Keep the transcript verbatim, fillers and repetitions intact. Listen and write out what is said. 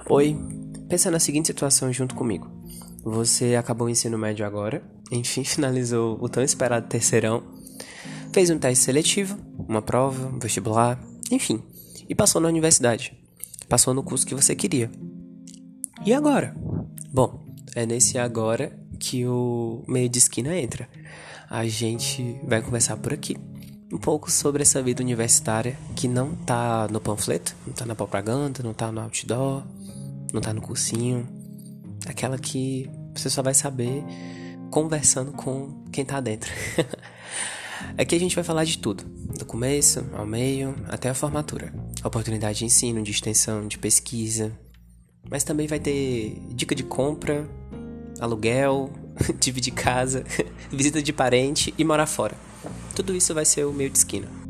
Oi, pensa na seguinte situação junto comigo. Você acabou o ensino médio agora, enfim, finalizou o tão esperado terceirão, fez um teste seletivo, uma prova, um vestibular, enfim, e passou na universidade. Passou no curso que você queria. E agora? Bom, é nesse agora que o meio de esquina entra. A gente vai conversar por aqui um pouco sobre essa vida universitária que não tá no panfleto, não tá na propaganda, não tá no outdoor, não tá no cursinho. Aquela que você só vai saber conversando com quem tá dentro. Aqui a gente vai falar de tudo, do começo ao meio até a formatura. Oportunidade de ensino, de extensão, de pesquisa. Mas também vai ter dica de compra, aluguel, dividir casa, visita de parente e morar fora. Tudo isso vai ser o meio de esquina.